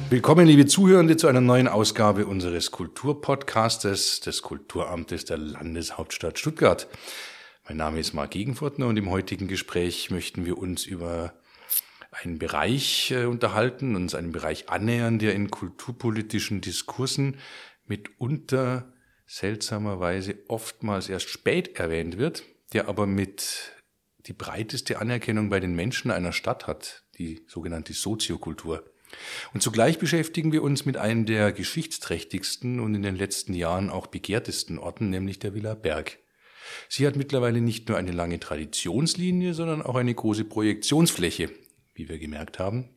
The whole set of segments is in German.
Willkommen, liebe Zuhörende, zu einer neuen Ausgabe unseres Kulturpodcastes des Kulturamtes der Landeshauptstadt Stuttgart. Mein Name ist Marc Gegenfurtner und im heutigen Gespräch möchten wir uns über einen Bereich unterhalten, uns einem Bereich annähern, der in kulturpolitischen Diskursen mitunter seltsamerweise oftmals erst spät erwähnt wird, der aber mit die breiteste Anerkennung bei den Menschen einer Stadt hat, die sogenannte Soziokultur. Und zugleich beschäftigen wir uns mit einem der geschichtsträchtigsten und in den letzten Jahren auch begehrtesten Orten, nämlich der Villa Berg. Sie hat mittlerweile nicht nur eine lange Traditionslinie, sondern auch eine große Projektionsfläche, wie wir gemerkt haben.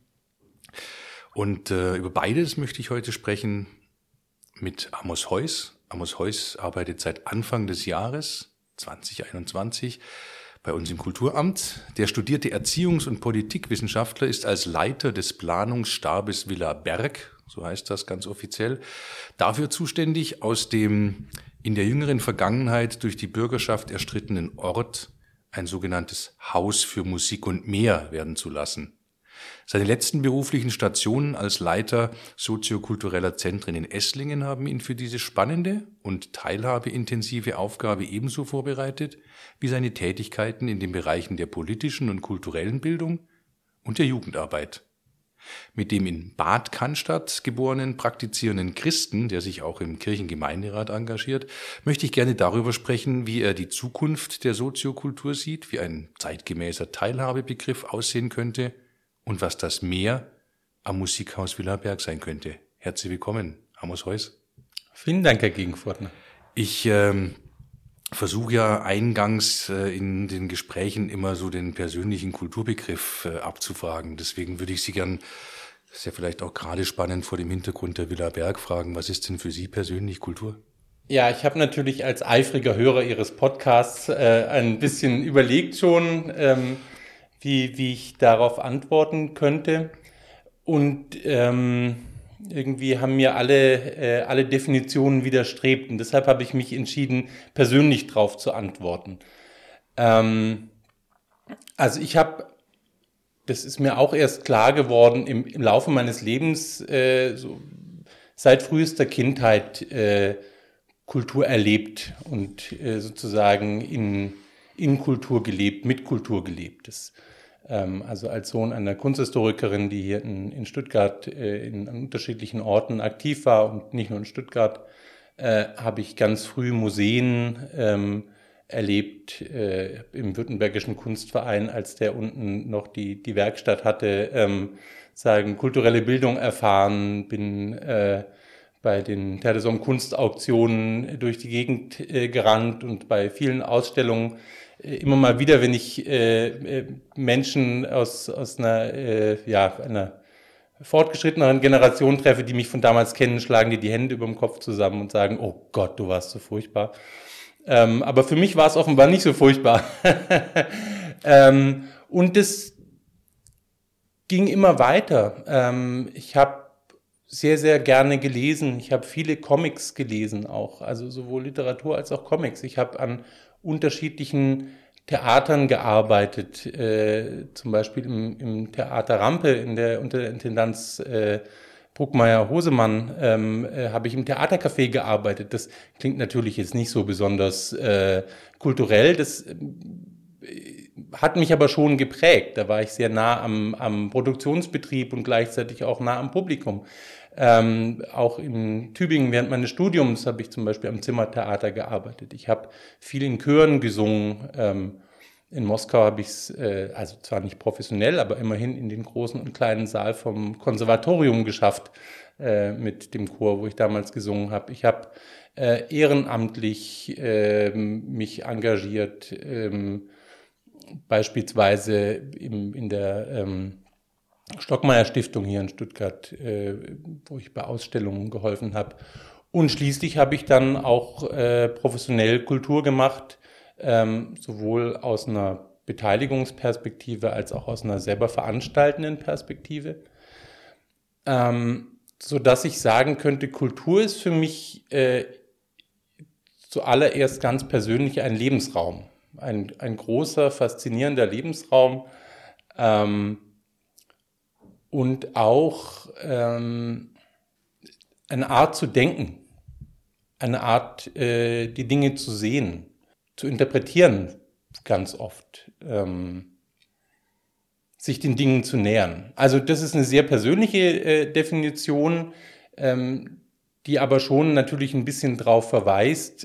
Und über beides möchte ich heute sprechen mit Amos Heuss. Amos Heuss arbeitet seit Anfang des Jahres 2021 bei uns im Kulturamt. Der studierte Erziehungs- und Politikwissenschaftler ist als Leiter des Planungsstabes Villa Berg, so heißt das ganz offiziell, dafür zuständig, aus dem in der jüngeren Vergangenheit durch die Bürgerschaft erstrittenen Ort ein sogenanntes Haus für Musik und mehr werden zu lassen. Seine letzten beruflichen Stationen als Leiter soziokultureller Zentren in Esslingen haben ihn für diese spannende und teilhabeintensive Aufgabe ebenso vorbereitet wie seine Tätigkeiten in den Bereichen der politischen und kulturellen Bildung und der Jugendarbeit. Mit dem in Bad Cannstatt geborenen praktizierenden Christen, der sich auch im Kirchengemeinderat engagiert, möchte ich gerne darüber sprechen, wie er die Zukunft der Soziokultur sieht, wie ein zeitgemäßer Teilhabebegriff aussehen könnte und was das Mehr am Musikhaus Villa Berg sein könnte. Herzlich willkommen, Amos Heuss. Vielen Dank, Herr Gegenfurtner. Ich versuche ja eingangs in den Gesprächen immer so den persönlichen Kulturbegriff abzufragen. Deswegen würde ich Sie gern, das ist ja vielleicht auch gerade spannend vor dem Hintergrund der Villa Berg, fragen, was ist denn für Sie persönlich Kultur? Ja, ich habe natürlich als eifriger Hörer Ihres Podcasts ein bisschen überlegt schon, wie ich darauf antworten könnte. Und irgendwie haben mir alle Definitionen widerstrebt. Und deshalb habe ich mich entschieden, persönlich drauf zu antworten. Also das ist mir auch erst klar geworden im Laufe meines Lebens, so seit frühester Kindheit Kultur erlebt und sozusagen in Kultur gelebt, mit Kultur gelebt. Also als Sohn einer Kunsthistorikerin, die hier in Stuttgart an unterschiedlichen Orten aktiv war und nicht nur in Stuttgart, habe ich ganz früh Museen erlebt im Württembergischen Kunstverein, als der unten noch die Werkstatt hatte, kulturelle Bildung erfahren, bin bei den Terdesom Kunstauktionen durch die Gegend gerannt und bei vielen Ausstellungen immer mal wieder, wenn ich Menschen aus einer fortgeschritteneren Generation treffe, die mich von damals kennen, schlagen die Hände über dem Kopf zusammen und sagen, oh Gott, du warst so furchtbar. Aber für mich war es offenbar nicht so furchtbar. Und es ging immer weiter. Ich habe sehr, sehr gerne gelesen. Ich habe viele Comics gelesen auch, also sowohl Literatur als auch Comics. Ich habe an unterschiedlichen Theatern gearbeitet, zum Beispiel im Theater Rampe unter der Intendanz Bruckmeier-Hosemann habe ich im Theatercafé gearbeitet. Das klingt natürlich jetzt nicht so besonders kulturell, das hat mich aber schon geprägt. Da war ich sehr nah am Produktionsbetrieb und gleichzeitig auch nah am Publikum. Auch in Tübingen während meines Studiums habe ich zum Beispiel am Zimmertheater gearbeitet. Ich habe viel in Chören gesungen. In Moskau habe ich es, also zwar nicht professionell, aber immerhin in den großen und kleinen Saal vom Konservatorium geschafft mit dem Chor, wo ich damals gesungen habe. Ich habe ehrenamtlich mich engagiert, beispielsweise in der Stockmeier Stiftung hier in Stuttgart, wo ich bei Ausstellungen geholfen habe. Und schließlich habe ich dann auch professionell Kultur gemacht, sowohl aus einer Beteiligungsperspektive als auch aus einer selber veranstaltenden Perspektive, sodass ich sagen könnte, Kultur ist für mich zuallererst ganz persönlich ein Lebensraum, ein großer, faszinierender Lebensraum, und auch eine Art zu denken, eine Art, die Dinge zu sehen, zu interpretieren ganz oft, sich den Dingen zu nähern. Also das ist eine sehr persönliche Definition, die aber schon natürlich ein bisschen darauf verweist,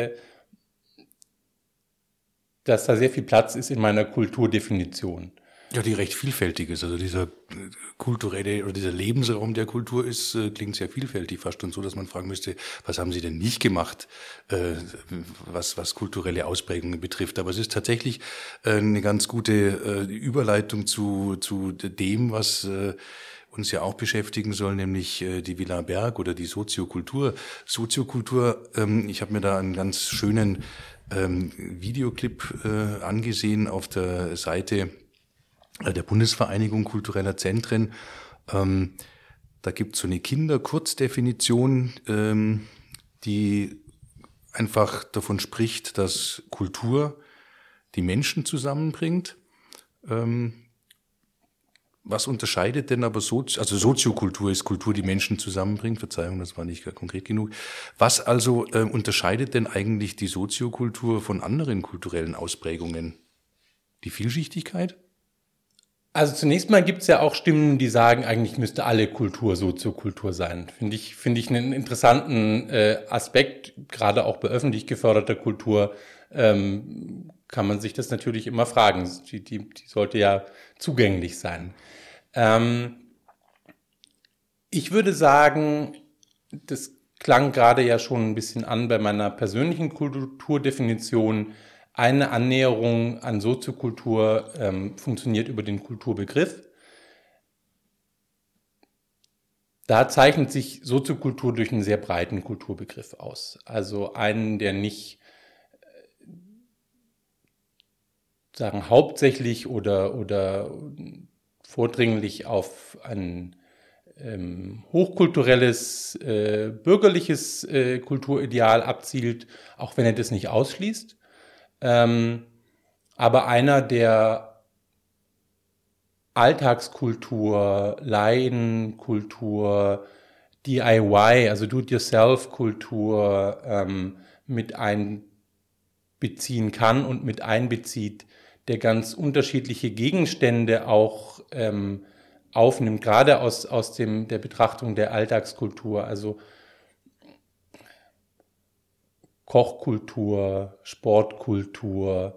dass da sehr viel Platz ist in meiner Kulturdefinition. Ja, die recht vielfältig ist. Also dieser kulturelle oder dieser Lebensraum der Kultur ist, klingt sehr vielfältig, fast schon so, dass man fragen müsste, was haben Sie denn nicht gemacht, was kulturelle Ausprägungen betrifft. Aber es ist tatsächlich eine ganz gute Überleitung zu dem, was uns ja auch beschäftigen soll, nämlich die Villa Berg oder die Soziokultur. Soziokultur, ich habe mir da einen ganz schönen Videoclip angesehen auf der Seite der Bundesvereinigung kultureller Zentren. Da gibt es so eine Kinderkurzdefinition, die einfach davon spricht, dass Kultur die Menschen zusammenbringt. Was unterscheidet denn aber Soziokultur ist Kultur, die Menschen zusammenbringt. Verzeihung, das war nicht konkret genug. Was also unterscheidet denn eigentlich die Soziokultur von anderen kulturellen Ausprägungen? Die Vielschichtigkeit? Also zunächst mal gibt es ja auch Stimmen, die sagen, eigentlich müsste alle Kultur Soziokultur sein. Finde ich einen interessanten Aspekt, gerade auch bei öffentlich geförderter Kultur kann man sich das natürlich immer fragen. Die sollte ja zugänglich sein. Ich würde sagen, das klang gerade ja schon ein bisschen an bei meiner persönlichen Kulturdefinition. Eine Annäherung an Soziokultur funktioniert über den Kulturbegriff. Da zeichnet sich Soziokultur durch einen sehr breiten Kulturbegriff aus. Also einen, der nicht hauptsächlich oder vordringlich auf ein hochkulturelles, bürgerliches Kulturideal abzielt, auch wenn er das nicht ausschließt. Aber einer, der Alltagskultur, Laienkultur, DIY, also Do-it-yourself-Kultur mit einbeziehen kann und mit einbezieht, der ganz unterschiedliche Gegenstände auch aufnimmt, gerade aus der Betrachtung der Alltagskultur, also Kochkultur, Sportkultur,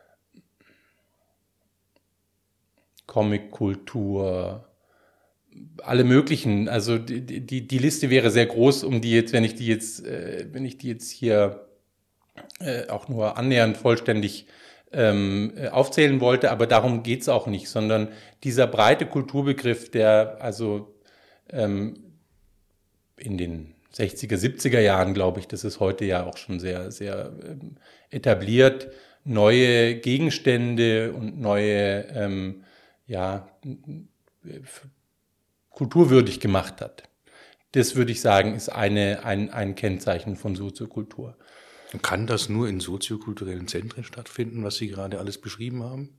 Comickultur, alle möglichen. Also die Liste wäre sehr groß, wenn ich die jetzt hier auch nur annähernd vollständig aufzählen wollte, aber darum geht's auch nicht, sondern dieser breite Kulturbegriff, der also in den 60er, 70er Jahren, glaube ich, das ist heute ja auch schon sehr, sehr etabliert, neue Gegenstände und neue kulturwürdig gemacht hat. Das würde ich sagen, ist ein Kennzeichen von Soziokultur. Kann das nur in soziokulturellen Zentren stattfinden, was Sie gerade alles beschrieben haben?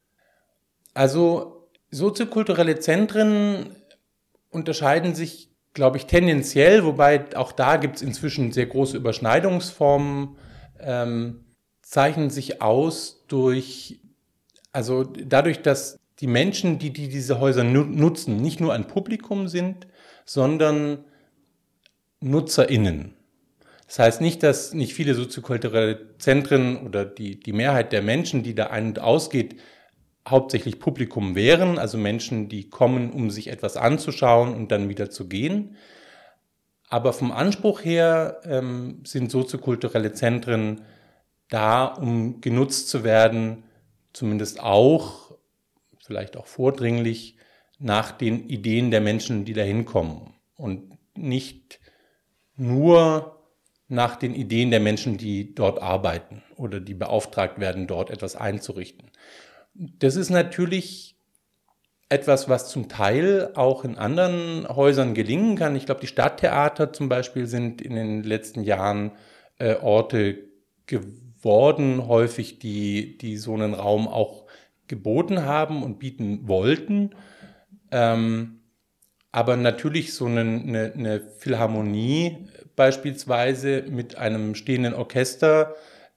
Also soziokulturelle Zentren unterscheiden sich, glaube ich, tendenziell, wobei auch da gibt es inzwischen sehr große Überschneidungsformen, zeichnen sich aus dadurch, dass die Menschen, die diese Häuser nutzen, nicht nur ein Publikum sind, sondern NutzerInnen. Das heißt nicht, dass nicht viele soziokulturelle Zentren oder die Mehrheit der Menschen, die da ein- und ausgeht, hauptsächlich Publikum wären, also Menschen, die kommen, um sich etwas anzuschauen und dann wieder zu gehen. Aber vom Anspruch her sind soziokulturelle Zentren da, um genutzt zu werden, zumindest auch, vielleicht auch vordringlich, nach den Ideen der Menschen, die da hinkommen. Und nicht nur nach den Ideen der Menschen, die dort arbeiten oder die beauftragt werden, dort etwas einzurichten. Das ist natürlich etwas, was zum Teil auch in anderen Häusern gelingen kann. Ich glaube, die Stadttheater zum Beispiel sind in den letzten Jahren Orte geworden, häufig, die so einen Raum auch geboten haben und bieten wollten. Aber natürlich so eine Philharmonie beispielsweise mit einem stehenden Orchester,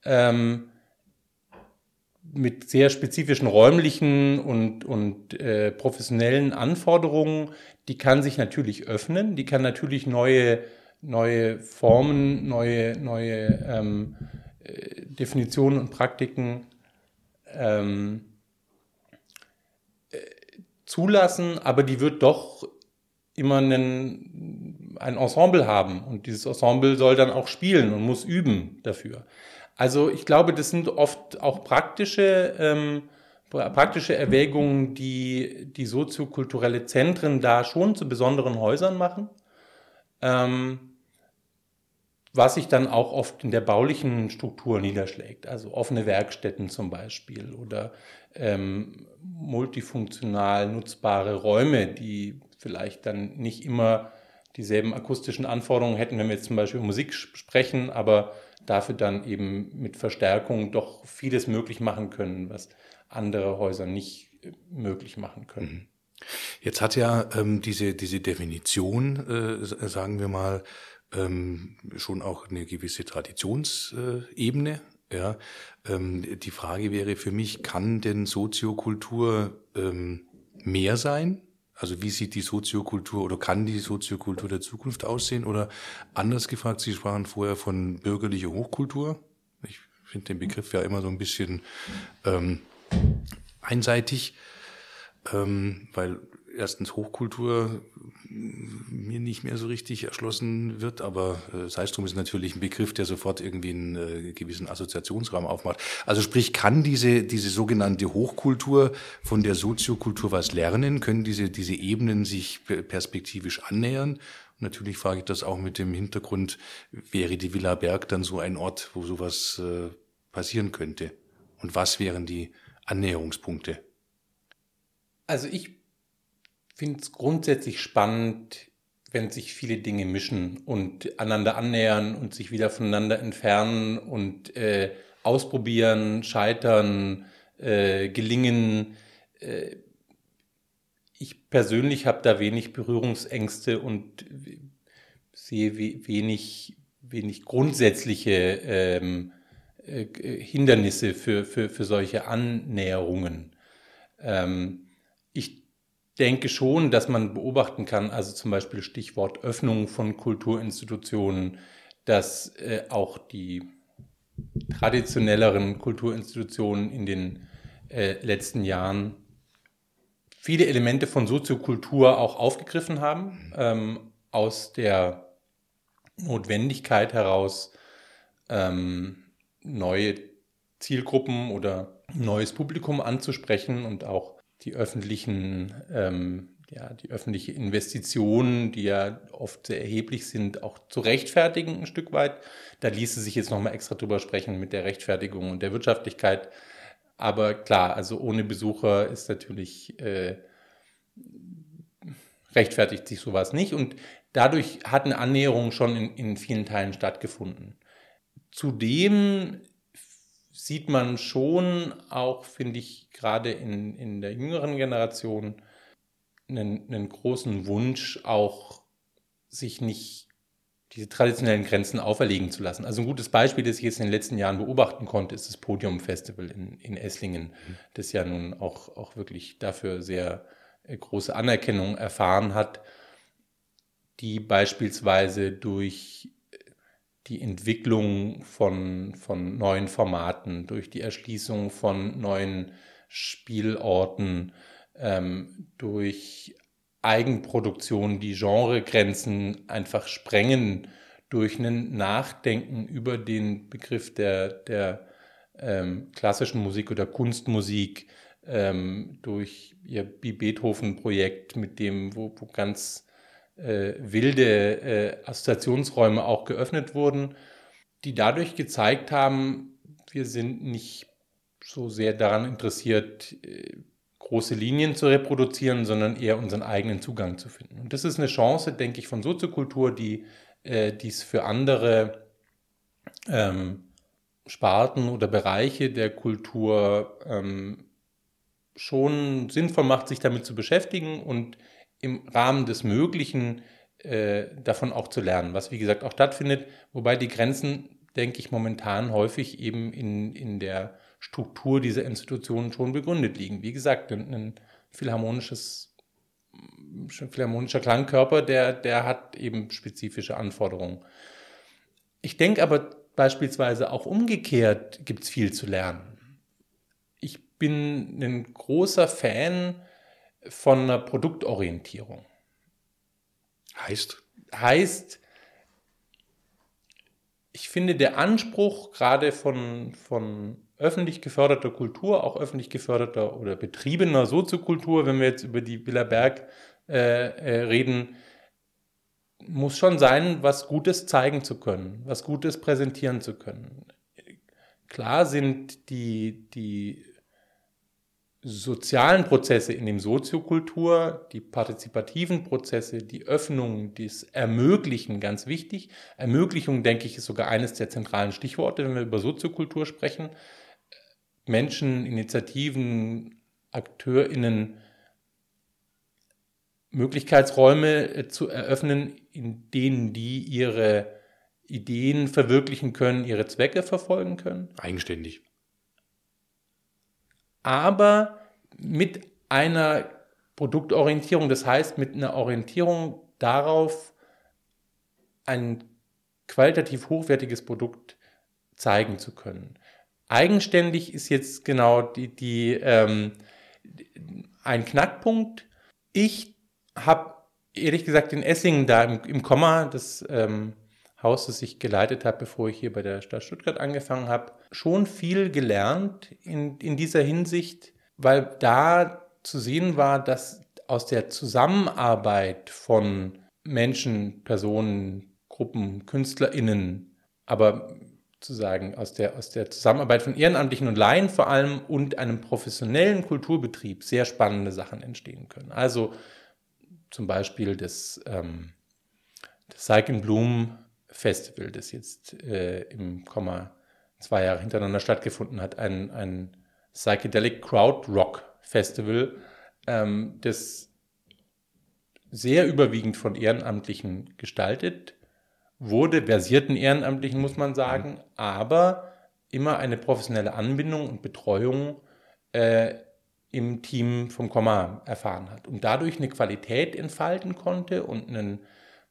mit sehr spezifischen räumlichen und professionellen Anforderungen, die kann sich natürlich öffnen, die kann natürlich neue Formen, neue Definitionen und Praktiken zulassen, aber die wird doch immer ein Ensemble haben und dieses Ensemble soll dann auch spielen und muss üben dafür. Also ich glaube, das sind oft auch praktische Erwägungen, die soziokulturelle Zentren da schon zu besonderen Häusern machen, was sich dann auch oft in der baulichen Struktur niederschlägt. Also offene Werkstätten zum Beispiel oder multifunktional nutzbare Räume, die vielleicht dann nicht immer dieselben akustischen Anforderungen hätten, wenn wir jetzt zum Beispiel über Musik sprechen, aber dafür dann eben mit Verstärkung doch vieles möglich machen können, was andere Häuser nicht möglich machen können. Jetzt hat ja diese Definition, sagen wir mal, schon auch eine gewisse Traditionsebene. Ja, die Frage wäre für mich, kann denn Soziokultur mehr sein? Also wie sieht die Soziokultur oder kann die Soziokultur der Zukunft aussehen? Oder anders gefragt, Sie sprachen vorher von bürgerlicher Hochkultur. Ich finde den Begriff ja immer so ein bisschen einseitig, weil erstens Hochkultur mir nicht mehr so richtig erschlossen wird, aber sei es drum, ist natürlich ein Begriff, der sofort irgendwie einen gewissen Assoziationsrahmen aufmacht. Also sprich, kann diese sogenannte Hochkultur von der Soziokultur was lernen? Können diese Ebenen sich perspektivisch annähern? Und natürlich frage ich das auch mit dem Hintergrund, wäre die Villa Berg dann so ein Ort, wo sowas passieren könnte? Und was wären die Annäherungspunkte? Also ich finde es grundsätzlich spannend, wenn sich viele Dinge mischen und einander annähern und sich wieder voneinander entfernen und ausprobieren, scheitern, gelingen. Ich persönlich habe da wenig Berührungsängste und sehe wenig grundsätzliche Hindernisse für solche Annäherungen. Ich denke schon, dass man beobachten kann, also zum Beispiel Stichwort Öffnung von Kulturinstitutionen, dass auch die traditionelleren Kulturinstitutionen in den letzten Jahren viele Elemente von Soziokultur auch aufgegriffen haben, aus der Notwendigkeit heraus, neue Zielgruppen oder neues Publikum anzusprechen und auch die öffentliche Investitionen, die ja oft sehr erheblich sind, auch zu rechtfertigen ein Stück weit. Da ließe sich jetzt nochmal extra drüber sprechen mit der Rechtfertigung und der Wirtschaftlichkeit. Aber klar, also ohne Besucher ist natürlich, rechtfertigt sich sowas nicht. Und dadurch hat eine Annäherung schon in vielen Teilen stattgefunden. Zudem sieht man schon auch, finde ich, gerade in der jüngeren Generation einen großen Wunsch, auch sich nicht diese traditionellen Grenzen auferlegen zu lassen. Also ein gutes Beispiel, das ich jetzt in den letzten Jahren beobachten konnte, ist das Podium-Festival in Esslingen, das ja nun auch wirklich dafür sehr große Anerkennung erfahren hat, die beispielsweise durch die Entwicklung von neuen Formaten, durch die Erschließung von neuen Spielorten, durch Eigenproduktion, die Genregrenzen einfach sprengen, durch ein Nachdenken über den Begriff der klassischen Musik oder Kunstmusik, durch ihr Beethoven-Projekt, mit dem, wo ganz wilde Assoziationsräume auch geöffnet wurden, die dadurch gezeigt haben, wir sind nicht so sehr daran interessiert, große Linien zu reproduzieren, sondern eher unseren eigenen Zugang zu finden. Und das ist eine Chance, denke ich, von Soziokultur, die es für andere Sparten oder Bereiche der Kultur schon sinnvoll macht, sich damit zu beschäftigen und im Rahmen des Möglichen davon auch zu lernen, was wie gesagt auch stattfindet, wobei die Grenzen, denke ich, momentan häufig eben in der Struktur dieser Institutionen schon begründet liegen. Wie gesagt, ein philharmonischer Klangkörper, der hat eben spezifische Anforderungen. Ich denke aber beispielsweise auch umgekehrt gibt es viel zu lernen. Ich bin ein großer Fan von einer Produktorientierung. Heißt, ich finde der Anspruch gerade von öffentlich geförderter Kultur, auch öffentlich geförderter oder betriebener Soziokultur, wenn wir jetzt über die Villa Berg reden, muss schon sein, was Gutes zeigen zu können, was Gutes präsentieren zu können. Klar sind die sozialen Prozesse in dem Soziokultur, die partizipativen Prozesse, die Öffnung, das Ermöglichen ganz wichtig. Ermöglichung, denke ich, ist sogar eines der zentralen Stichworte, wenn wir über Soziokultur sprechen. Menschen, Initiativen, AkteurInnen Möglichkeitsräume zu eröffnen, in denen die ihre Ideen verwirklichen können, ihre Zwecke verfolgen können. Eigenständig. Aber mit einer Produktorientierung, das heißt mit einer Orientierung darauf, ein qualitativ hochwertiges Produkt zeigen zu können. Eigenständig ist jetzt genau ein Knackpunkt. Ich habe ehrlich gesagt in Essingen da im Komma, das Haus, das ich geleitet habe, bevor ich hier bei der Stadt Stuttgart angefangen habe, schon viel gelernt in dieser Hinsicht, weil da zu sehen war, dass aus der Zusammenarbeit von Menschen, Personen, Gruppen, KünstlerInnen, aber zu sagen, aus der Zusammenarbeit von Ehrenamtlichen und Laien vor allem und einem professionellen Kulturbetrieb sehr spannende Sachen entstehen können. Also zum Beispiel das Cycle in Bloom Festival, das jetzt im Komma 2 Jahre hintereinander stattgefunden hat, ein Psychedelic Crowd Rock Festival, das sehr überwiegend von Ehrenamtlichen gestaltet wurde, versierten Ehrenamtlichen, muss man sagen, aber immer eine professionelle Anbindung und Betreuung im Team vom Komma erfahren hat und dadurch eine Qualität entfalten konnte und einen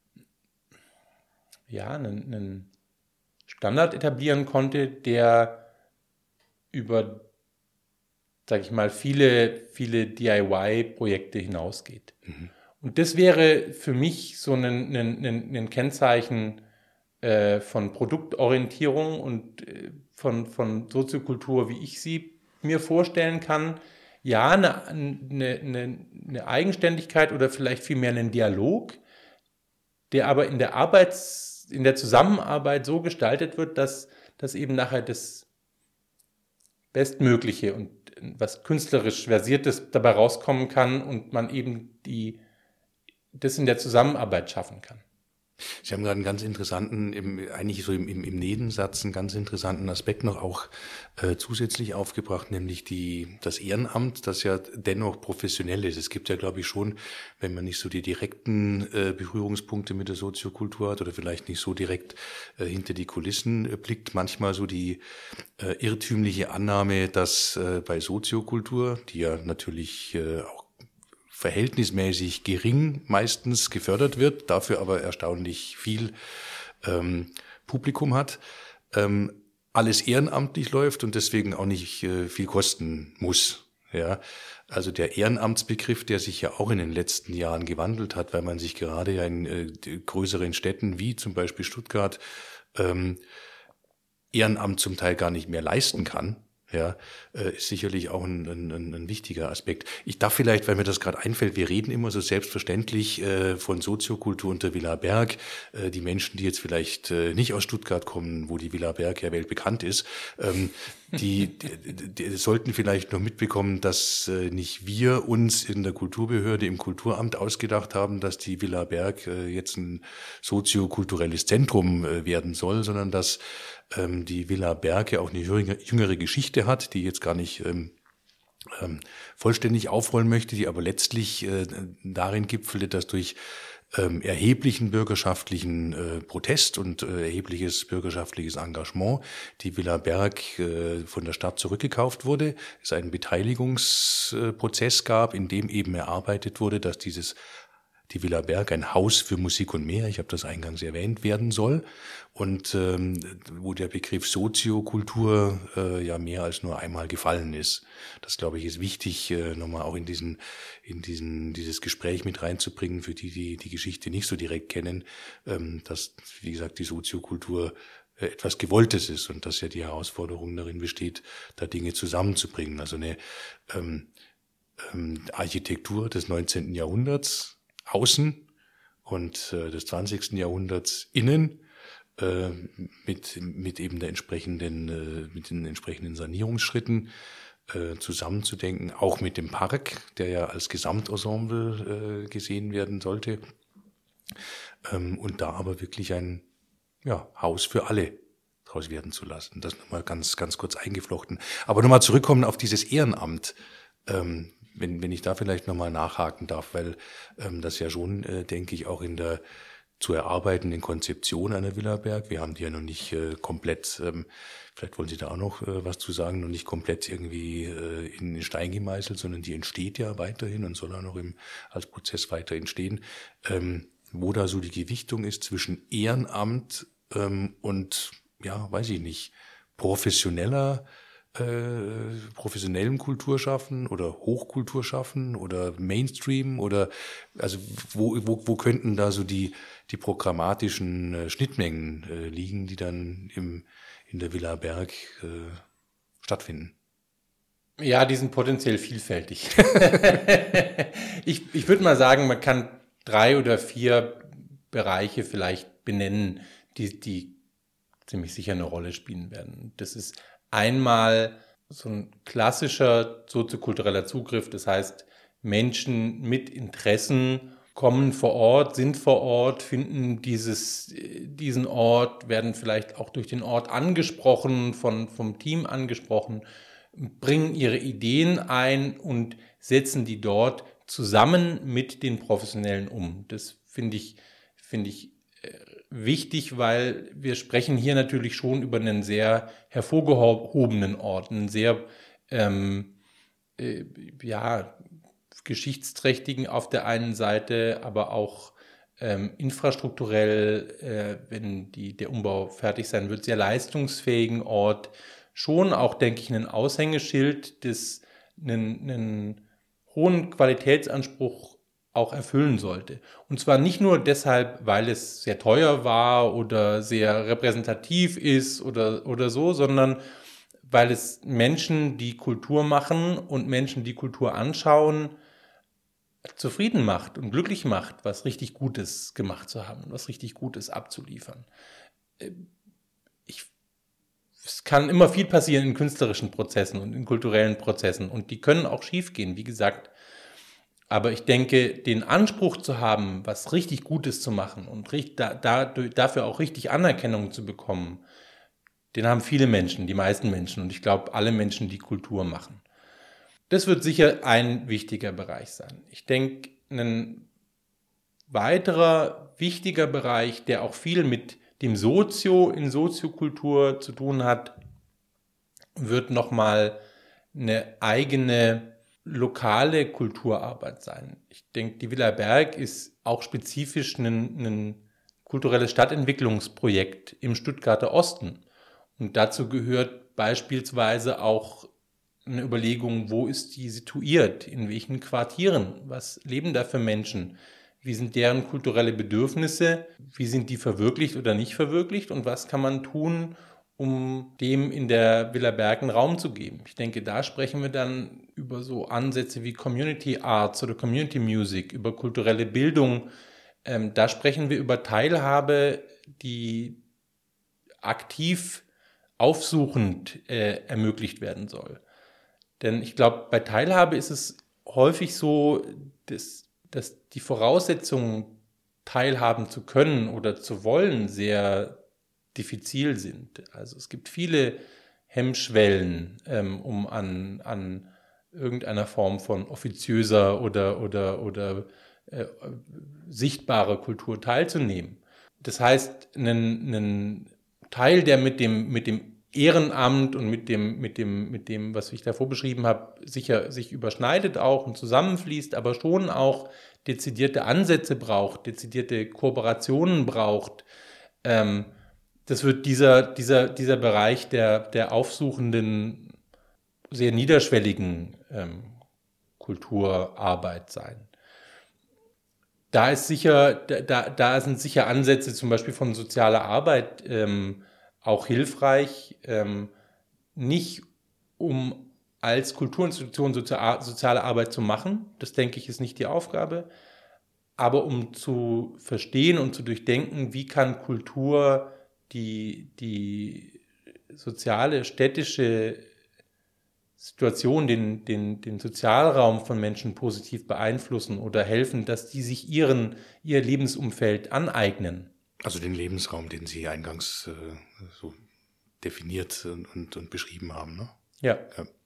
Standard etablieren konnte, der über, sage ich mal, viele DIY-Projekte hinausgeht. Mhm. Und das wäre für mich so ein Kennzeichen von Produktorientierung und von Soziokultur, wie ich sie mir vorstellen kann. Ja, eine Eigenständigkeit oder vielleicht vielmehr einen Dialog, der aber in der Zusammenarbeit so gestaltet wird, dass eben nachher das Bestmögliche und was künstlerisch Versiertes dabei rauskommen kann und man eben das in der Zusammenarbeit schaffen kann. Sie haben gerade einen ganz interessanten, eigentlich so im Nebensatz einen ganz interessanten Aspekt noch auch zusätzlich aufgebracht, nämlich das Ehrenamt, das ja dennoch professionell ist. Es gibt ja, glaube ich, schon, wenn man nicht so die direkten Berührungspunkte mit der Soziokultur hat oder vielleicht nicht so direkt hinter die Kulissen blickt, manchmal so die irrtümliche Annahme, dass bei Soziokultur, die ja natürlich auch verhältnismäßig gering meistens gefördert wird, dafür aber erstaunlich viel Publikum hat, alles ehrenamtlich läuft und deswegen auch nicht viel kosten muss. Ja, also der Ehrenamtsbegriff, der sich ja auch in den letzten Jahren gewandelt hat, weil man sich gerade ja in größeren Städten wie zum Beispiel Stuttgart Ehrenamt zum Teil gar nicht mehr leisten kann. Ja, ist sicherlich auch ein wichtiger Aspekt. Ich darf vielleicht, weil mir das gerade einfällt, wir reden immer so selbstverständlich von Soziokultur unter Villa Berg. Die Menschen, die jetzt vielleicht nicht aus Stuttgart kommen, wo die Villa Berg ja weltbekannt ist, die sollten vielleicht noch mitbekommen, dass nicht wir uns in der Kulturbehörde, im Kulturamt ausgedacht haben, dass die Villa Berg jetzt ein soziokulturelles Zentrum werden soll, sondern dass die Villa Berg ja auch eine jüngere Geschichte hat, die jetzt gar nicht vollständig aufrollen möchte, die aber letztlich darin gipfelte, dass durch erheblichen bürgerschaftlichen Protest und erhebliches bürgerschaftliches Engagement die Villa Berg von der Stadt zurückgekauft wurde, es einen Beteiligungsprozess gab, in dem eben erarbeitet wurde, dass die Villa Berg ein Haus für Musik und mehr, ich habe das eingangs erwähnt, werden soll und wo der Begriff Soziokultur ja mehr als nur einmal gefallen ist. Das, glaube ich, ist wichtig, nochmal auch in dieses Gespräch mit reinzubringen, für die Geschichte nicht so direkt kennen, dass, wie gesagt, die Soziokultur etwas Gewolltes ist und dass ja die Herausforderung darin besteht, da Dinge zusammenzubringen. Also eine Architektur des 19. Jahrhunderts, außen und des 20. Jahrhunderts innen mit eben mit den entsprechenden Sanierungsschritten zusammenzudenken, auch mit dem Park, der ja als Gesamtensemble gesehen werden sollte und da aber wirklich ein Haus für alle draus werden zu lassen. Das nochmal ganz, ganz kurz eingeflochten. Aber nochmal zurückkommen auf dieses Ehrenamt, wenn ich da vielleicht nochmal nachhaken darf, weil das ja schon, denke ich, auch in der zu erarbeitenden Konzeption einer Villa Berg, wir haben die ja noch nicht komplett, vielleicht wollen Sie da auch noch was zu sagen, noch nicht komplett irgendwie in den Stein gemeißelt, sondern die entsteht ja weiterhin und soll auch noch als Prozess weiter entstehen, wo da so die Gewichtung ist zwischen Ehrenamt und, ja, weiß ich nicht, professionellem Kulturschaffen oder Hochkulturschaffen oder Mainstream oder also wo könnten da so die programmatischen Schnittmengen liegen, die dann in der Villa Berg stattfinden? Ja, die sind potenziell vielfältig. Ich würde mal sagen, man kann 3 oder 4 Bereiche vielleicht benennen, die ziemlich sicher eine Rolle spielen werden. Das ist einmal so ein klassischer soziokultureller Zugriff, das heißt, Menschen mit Interessen kommen vor Ort, sind vor Ort, finden diesen Ort, werden vielleicht auch durch den Ort angesprochen, vom Team angesprochen, bringen ihre Ideen ein und setzen die dort zusammen mit den Professionellen um. Das finde ich wichtig, weil wir sprechen hier natürlich schon über einen sehr hervorgehobenen Ort, einen sehr geschichtsträchtigen auf der einen Seite, aber auch infrastrukturell, wenn der Umbau fertig sein wird, sehr leistungsfähigen Ort, schon auch, denke ich, ein Aushängeschild, das einen hohen Qualitätsanspruch auch erfüllen sollte. Und zwar nicht nur deshalb, weil es sehr teuer war oder sehr repräsentativ ist oder so, sondern weil es Menschen, die Kultur machen und Menschen, die Kultur anschauen, zufrieden macht und glücklich macht, was richtig Gutes gemacht zu haben, was richtig Gutes abzuliefern. Es kann immer viel passieren in künstlerischen Prozessen und in kulturellen Prozessen und die können auch schiefgehen, wie gesagt. Aber ich denke, den Anspruch zu haben, was richtig Gutes zu machen und dafür auch richtig Anerkennung zu bekommen, den haben viele Menschen, die meisten Menschen und ich glaube, alle Menschen, die Kultur machen. Das wird sicher ein wichtiger Bereich sein. Ich denke, ein weiterer wichtiger Bereich, der auch viel mit dem in Soziokultur zu tun hat, wird nochmal eine eigene lokale Kulturarbeit sein. Ich denke, die Villa Berg ist auch spezifisch ein kulturelles Stadtentwicklungsprojekt im Stuttgarter Osten. Und dazu gehört beispielsweise auch eine Überlegung, wo ist die situiert, in welchen Quartieren, was leben da für Menschen, wie sind deren kulturelle Bedürfnisse, wie sind die verwirklicht oder nicht verwirklicht und was kann man tun, um dem in der Villa Berg einen Raum zu geben. Ich denke, da sprechen wir dann über so Ansätze wie Community Arts oder Community Music, über kulturelle Bildung. Da sprechen wir über Teilhabe, die aktiv aufsuchend ermöglicht werden soll. Denn ich glaube, bei Teilhabe ist es häufig so, dass die Voraussetzungen, teilhaben zu können oder zu wollen, sehr diffizil sind. Also es gibt viele Hemmschwellen, um an irgendeiner Form von offiziöser oder sichtbarer Kultur teilzunehmen. Das heißt, einen Teil, der mit dem Ehrenamt und mit dem, was ich davor beschrieben habe, sicher sich überschneidet auch und zusammenfließt, aber schon auch dezidierte Ansätze braucht, dezidierte Kooperationen braucht. Das wird dieser Bereich der aufsuchenden, sehr niederschwelligen Kulturarbeit sein. Da sind sicher Ansätze zum Beispiel von sozialer Arbeit auch hilfreich, nicht um als Kulturinstitution soziale Arbeit zu machen, das denke ich ist nicht die Aufgabe, aber um zu verstehen und zu durchdenken, wie kann Kultur die soziale, städtische Situation, den Sozialraum von Menschen positiv beeinflussen oder helfen, dass die sich ihr Lebensumfeld aneignen. Also den Lebensraum, den Sie eingangs so definiert und beschrieben haben, ne? Ja.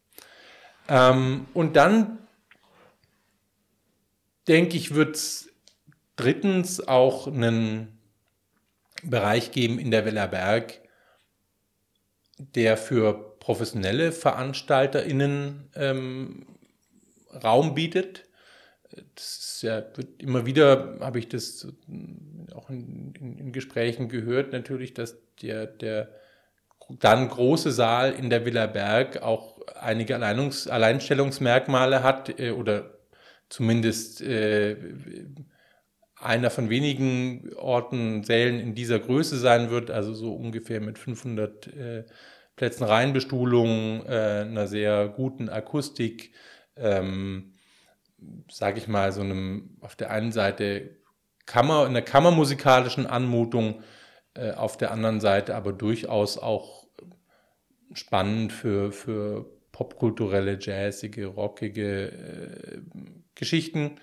Und dann, denke ich, wird es drittens auch einen Bereich geben in der Villa Berg, der für professionelle VeranstalterInnen Raum bietet. Das wird immer wieder, habe ich das auch in Gesprächen gehört, natürlich, dass der dann große Saal in der Villa Berg auch einige Alleinstellungsmerkmale hat oder zumindest einer von wenigen Sälen in dieser Größe sein wird, also so ungefähr mit 500 Plätzen Reihenbestuhlung, einer sehr guten Akustik, sage ich mal, so einem auf der einen Seite einer kammermusikalischen Anmutung, auf der anderen Seite aber durchaus auch spannend für popkulturelle, jazzige, rockige Geschichten.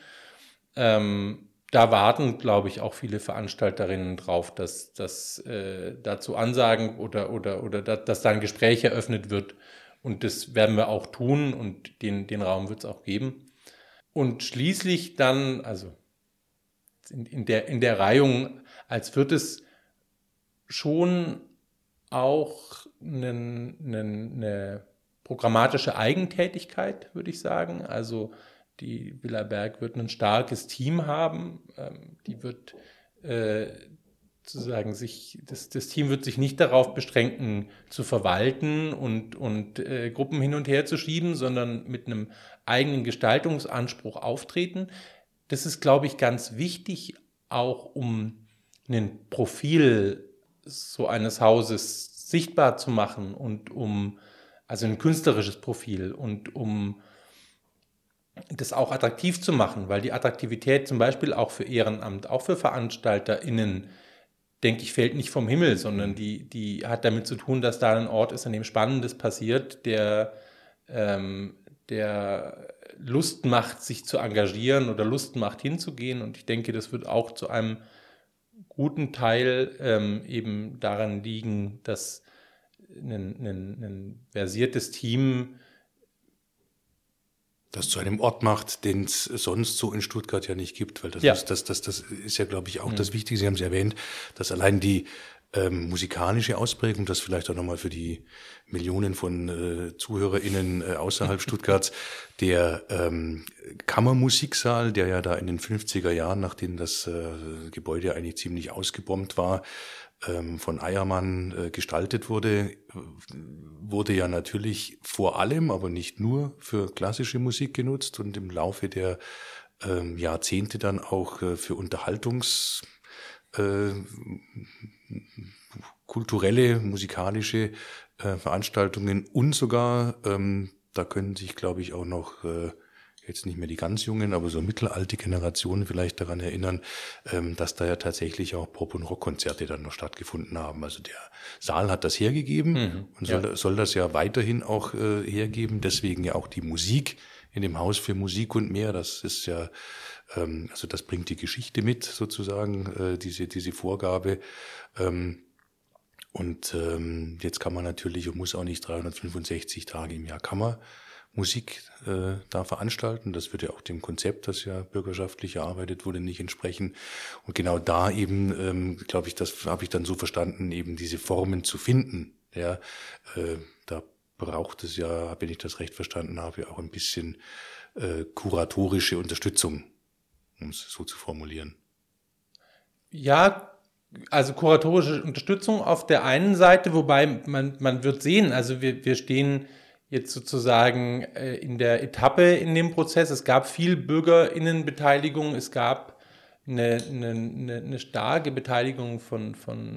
Da warten, glaube ich, auch viele Veranstalterinnen drauf, dass dazu Ansagen oder dass da ein Gespräch eröffnet wird. Und das werden wir auch tun und den Raum wird es auch geben. Und schließlich dann, also in der Reihung als viertes schon auch eine programmatische Eigentätigkeit, würde ich sagen. Also die Villa Berg wird ein starkes Team haben. Die wird sozusagen das Team wird sich nicht darauf beschränken, zu verwalten und Gruppen hin und her zu schieben, sondern mit einem eigenen Gestaltungsanspruch auftreten. Das ist, glaube ich, ganz wichtig, auch um ein Profil so eines Hauses sichtbar zu machen und also ein künstlerisches Profil und um das auch attraktiv zu machen, weil die Attraktivität zum Beispiel auch für Ehrenamt, auch für VeranstalterInnen, denke ich, fällt nicht vom Himmel, sondern die hat damit zu tun, dass da ein Ort ist, an dem Spannendes passiert, der Lust macht, sich zu engagieren oder Lust macht, hinzugehen. Und ich denke, das wird auch zu einem guten Teil eben daran liegen, dass ein versiertes Team das zu einem Ort macht, den es sonst so in Stuttgart ja nicht gibt, weil das ist ja, glaube ich, auch das Wichtige. Sie haben es erwähnt, dass allein die musikalische Ausprägung, das vielleicht auch nochmal für die Millionen von ZuhörerInnen außerhalb Stuttgarts, der Kammermusiksaal, der ja da in den 50er Jahren, nachdem das Gebäude eigentlich ziemlich ausgebombt war, von Eiermann gestaltet wurde ja natürlich vor allem, aber nicht nur für klassische Musik genutzt und im Laufe der Jahrzehnte dann auch für kulturelle, musikalische Veranstaltungen und sogar, da können sich, glaube ich, auch noch jetzt nicht mehr die ganz Jungen, aber so mittelalte Generationen vielleicht daran erinnern, dass da ja tatsächlich auch Pop- und Rockkonzerte dann noch stattgefunden haben. Also der Saal hat das hergegeben und soll das ja weiterhin auch hergeben. Deswegen ja auch die Musik in dem Haus für Musik und mehr. Das ist ja, also das bringt die Geschichte mit sozusagen, diese Vorgabe. Und jetzt kann man natürlich und muss auch nicht 365 Tage im Jahr Kammermusik Musik da veranstalten. Das würde ja auch dem Konzept, das ja bürgerschaftlich erarbeitet wurde, nicht entsprechen. Und genau da eben, glaube ich, das habe ich dann so verstanden, eben diese Formen zu finden. Ja, da braucht es ja, wenn ich das recht verstanden habe, auch ein bisschen kuratorische Unterstützung, um es so zu formulieren. Ja, also kuratorische Unterstützung auf der einen Seite, wobei man wird sehen, also wir stehen jetzt sozusagen in der Etappe in dem Prozess. Es gab viel BürgerInnenbeteiligung, es gab eine starke Beteiligung von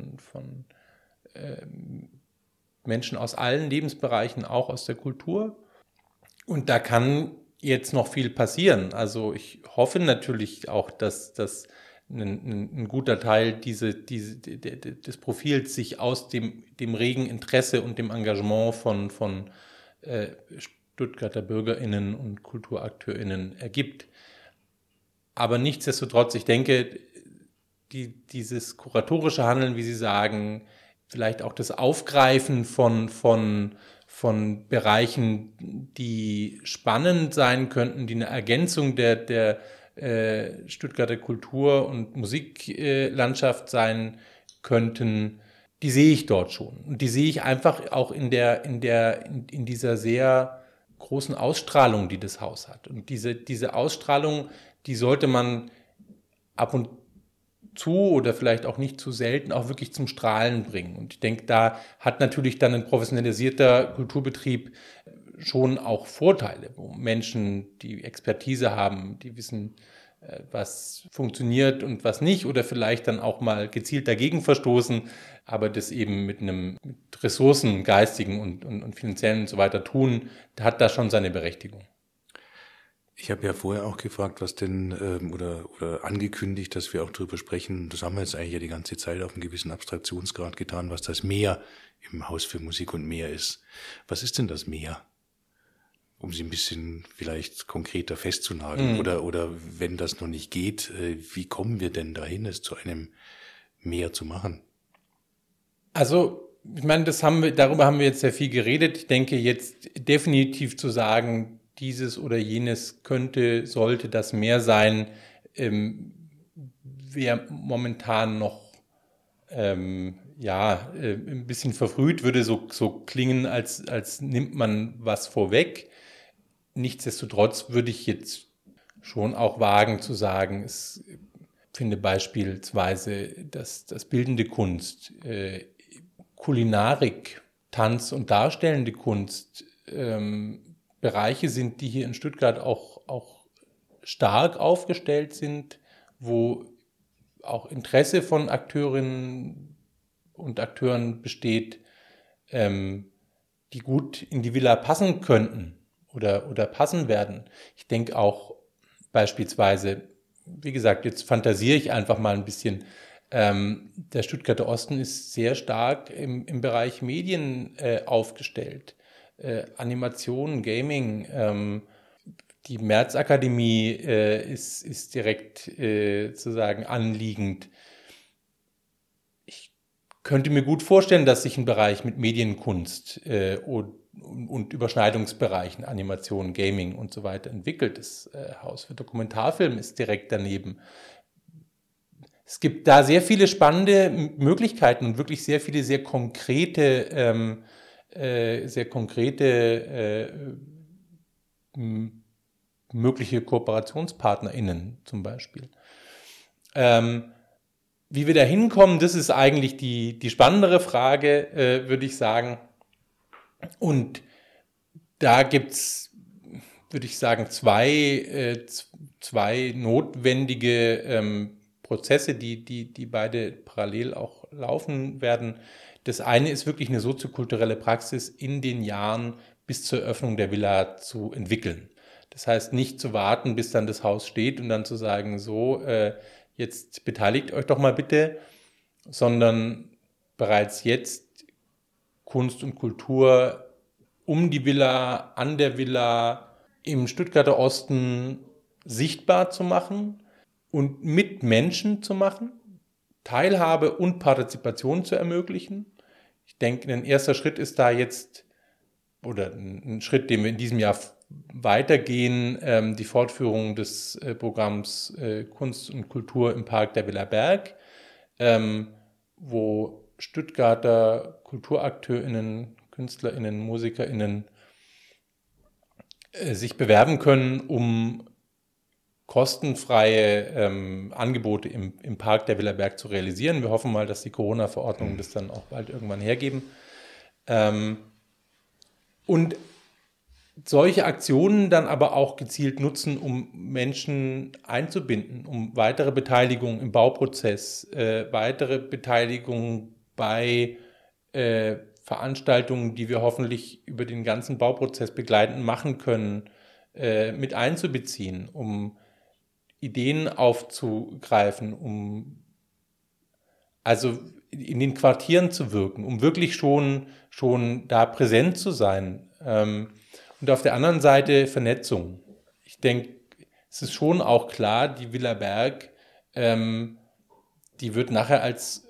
Menschen aus allen Lebensbereichen, auch aus der Kultur. Und da kann jetzt noch viel passieren. Also ich hoffe natürlich auch, dass ein guter Teil des Profils sich aus dem regen Interesse und dem Engagement von Stuttgarter BürgerInnen und KulturakteurInnen ergibt. Aber nichtsdestotrotz, ich denke, dieses kuratorische Handeln, wie Sie sagen, vielleicht auch das Aufgreifen von Bereichen, die spannend sein könnten, die eine Ergänzung der Stuttgarter Kultur- und Musiklandschaft sein könnten, die sehe ich dort schon. Und die sehe ich einfach auch in dieser sehr großen Ausstrahlung, die das Haus hat. Und diese Ausstrahlung, die sollte man ab und zu oder vielleicht auch nicht zu selten auch wirklich zum Strahlen bringen. Und ich denke, da hat natürlich dann ein professionalisierter Kulturbetrieb schon auch Vorteile, wo Menschen, die Expertise haben, die wissen, was funktioniert und was nicht, oder vielleicht dann auch mal gezielt dagegen verstoßen, aber das eben mit Ressourcen, geistigen und finanziellen und so weiter tun, hat da schon seine Berechtigung. Ich habe ja vorher auch gefragt, was denn, oder angekündigt, dass wir auch darüber sprechen, das haben wir jetzt eigentlich ja die ganze Zeit auf einem gewissen Abstraktionsgrad getan, was das Mehr im Haus für Musik und Mehr ist. Was ist denn das Mehr? Um Sie ein bisschen vielleicht konkreter festzunageln. Oder wenn das noch nicht geht, wie kommen wir denn dahin, es zu einem Mehr zu machen? Also, ich meine, darüber haben wir jetzt sehr viel geredet. Ich denke, jetzt definitiv zu sagen, dieses oder jenes sollte das mehr sein, wäre momentan noch ein bisschen verfrüht, würde so klingen, als nimmt man was vorweg. Nichtsdestotrotz würde ich jetzt schon auch wagen zu sagen, ich finde beispielsweise, dass bildende Kunst, Kulinarik, Tanz und darstellende Kunst Bereiche sind, die hier in Stuttgart auch stark aufgestellt sind, wo auch Interesse von Akteurinnen und Akteuren besteht, die gut in die Villa passen könnten oder passen werden. Ich denke auch beispielsweise, wie gesagt, jetzt fantasiere ich einfach mal ein bisschen, der Stuttgarter Osten ist sehr stark im Bereich Medien aufgestellt. Animation, Gaming, die Märzakademie ist direkt sozusagen anliegend. Ich könnte mir gut vorstellen, dass sich ein Bereich mit Medienkunst und Überschneidungsbereichen, Animation, Gaming und so weiter entwickelt. Das Haus für Dokumentarfilm ist direkt daneben. Es gibt da sehr viele spannende Möglichkeiten und wirklich sehr viele sehr konkrete mögliche KooperationspartnerInnen zum Beispiel. Wie wir da hinkommen, das ist eigentlich die spannendere Frage, würde ich sagen. Und da gibt's, würde ich sagen, zwei notwendige Prozesse, die beide parallel auch laufen werden. Das eine ist wirklich eine soziokulturelle Praxis in den Jahren bis zur Eröffnung der Villa zu entwickeln. Das heißt, nicht zu warten, bis dann das Haus steht und dann zu sagen, so, jetzt beteiligt euch doch mal bitte, sondern bereits jetzt Kunst und Kultur um die Villa, an der Villa, im Stuttgarter Osten sichtbar zu machen und mit Menschen zu machen, Teilhabe und Partizipation zu ermöglichen. Ich denke, ein erster Schritt ist da jetzt, oder ein Schritt, den wir in diesem Jahr weitergehen, die Fortführung des Programms Kunst und Kultur im Park der Villa Berg, wo Stuttgarter KulturakteurInnen, KünstlerInnen, MusikerInnen sich bewerben können, um kostenfreie Angebote im Park der Villa Berg zu realisieren. Wir hoffen mal, dass die Corona-Verordnungen das dann auch bald irgendwann hergeben. Und solche Aktionen dann aber auch gezielt nutzen, um Menschen einzubinden, um weitere Beteiligung im Bauprozess, weitere Beteiligung bei Veranstaltungen, die wir hoffentlich über den ganzen Bauprozess begleitend machen können, mit einzubeziehen, um Ideen aufzugreifen, um also in den Quartieren zu wirken, um wirklich schon da präsent zu sein. Und auf der anderen Seite Vernetzung. Ich denke, es ist schon auch klar, die Villa Berg, die wird nachher als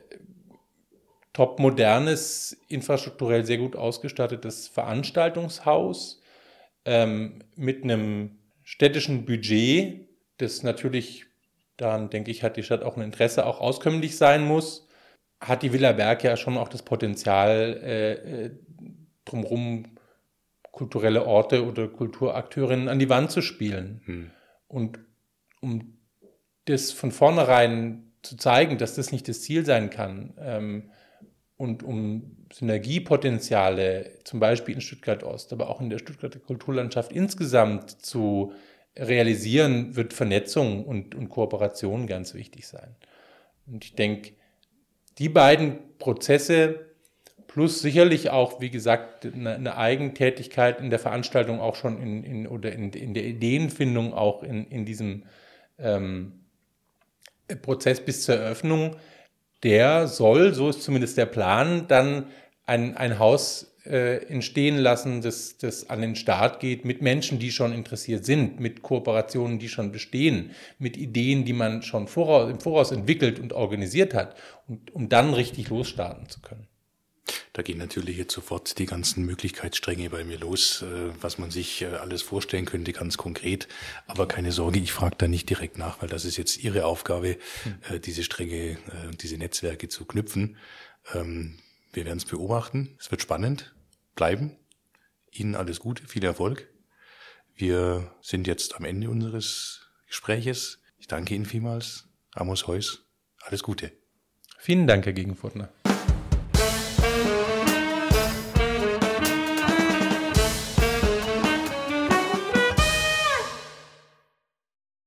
topmodernes, infrastrukturell sehr gut ausgestattetes Veranstaltungshaus mit einem städtischen Budget, das natürlich, daran denke ich, hat die Stadt auch ein Interesse, auch auskömmlich sein muss, hat die Villa Berg ja schon auch das Potenzial, drumherum kulturelle Orte oder Kulturakteurinnen an die Wand zu spielen. Und um das von vornherein zu zeigen, dass das nicht das Ziel sein kann, und um Synergiepotenziale, zum Beispiel in Stuttgart-Ost, aber auch in der Stuttgarter Kulturlandschaft insgesamt zu realisieren, wird Vernetzung und Kooperation ganz wichtig sein. Und ich denke, die beiden Prozesse plus sicherlich auch, wie gesagt, eine Eigentätigkeit in der Veranstaltung auch schon in der Ideenfindung auch in diesem Prozess bis zur Eröffnung, der soll, so ist zumindest der Plan, dann ein Haus entstehen lassen, das an den Start geht mit Menschen, die schon interessiert sind, mit Kooperationen, die schon bestehen, mit Ideen, die man schon im Voraus entwickelt und organisiert hat, um dann richtig losstarten zu können. Da gehen natürlich jetzt sofort die ganzen Möglichkeitsstränge bei mir los, was man sich alles vorstellen könnte, ganz konkret. Aber keine Sorge, ich frage da nicht direkt nach, weil das ist jetzt Ihre Aufgabe, diese Stränge, diese Netzwerke zu knüpfen. Wir werden es beobachten. Es wird spannend bleiben. Ihnen alles Gute, viel Erfolg. Wir sind jetzt am Ende unseres Gespräches. Ich danke Ihnen vielmals. Amos Heuss, alles Gute. Vielen Dank, Herr Gegenfurtner.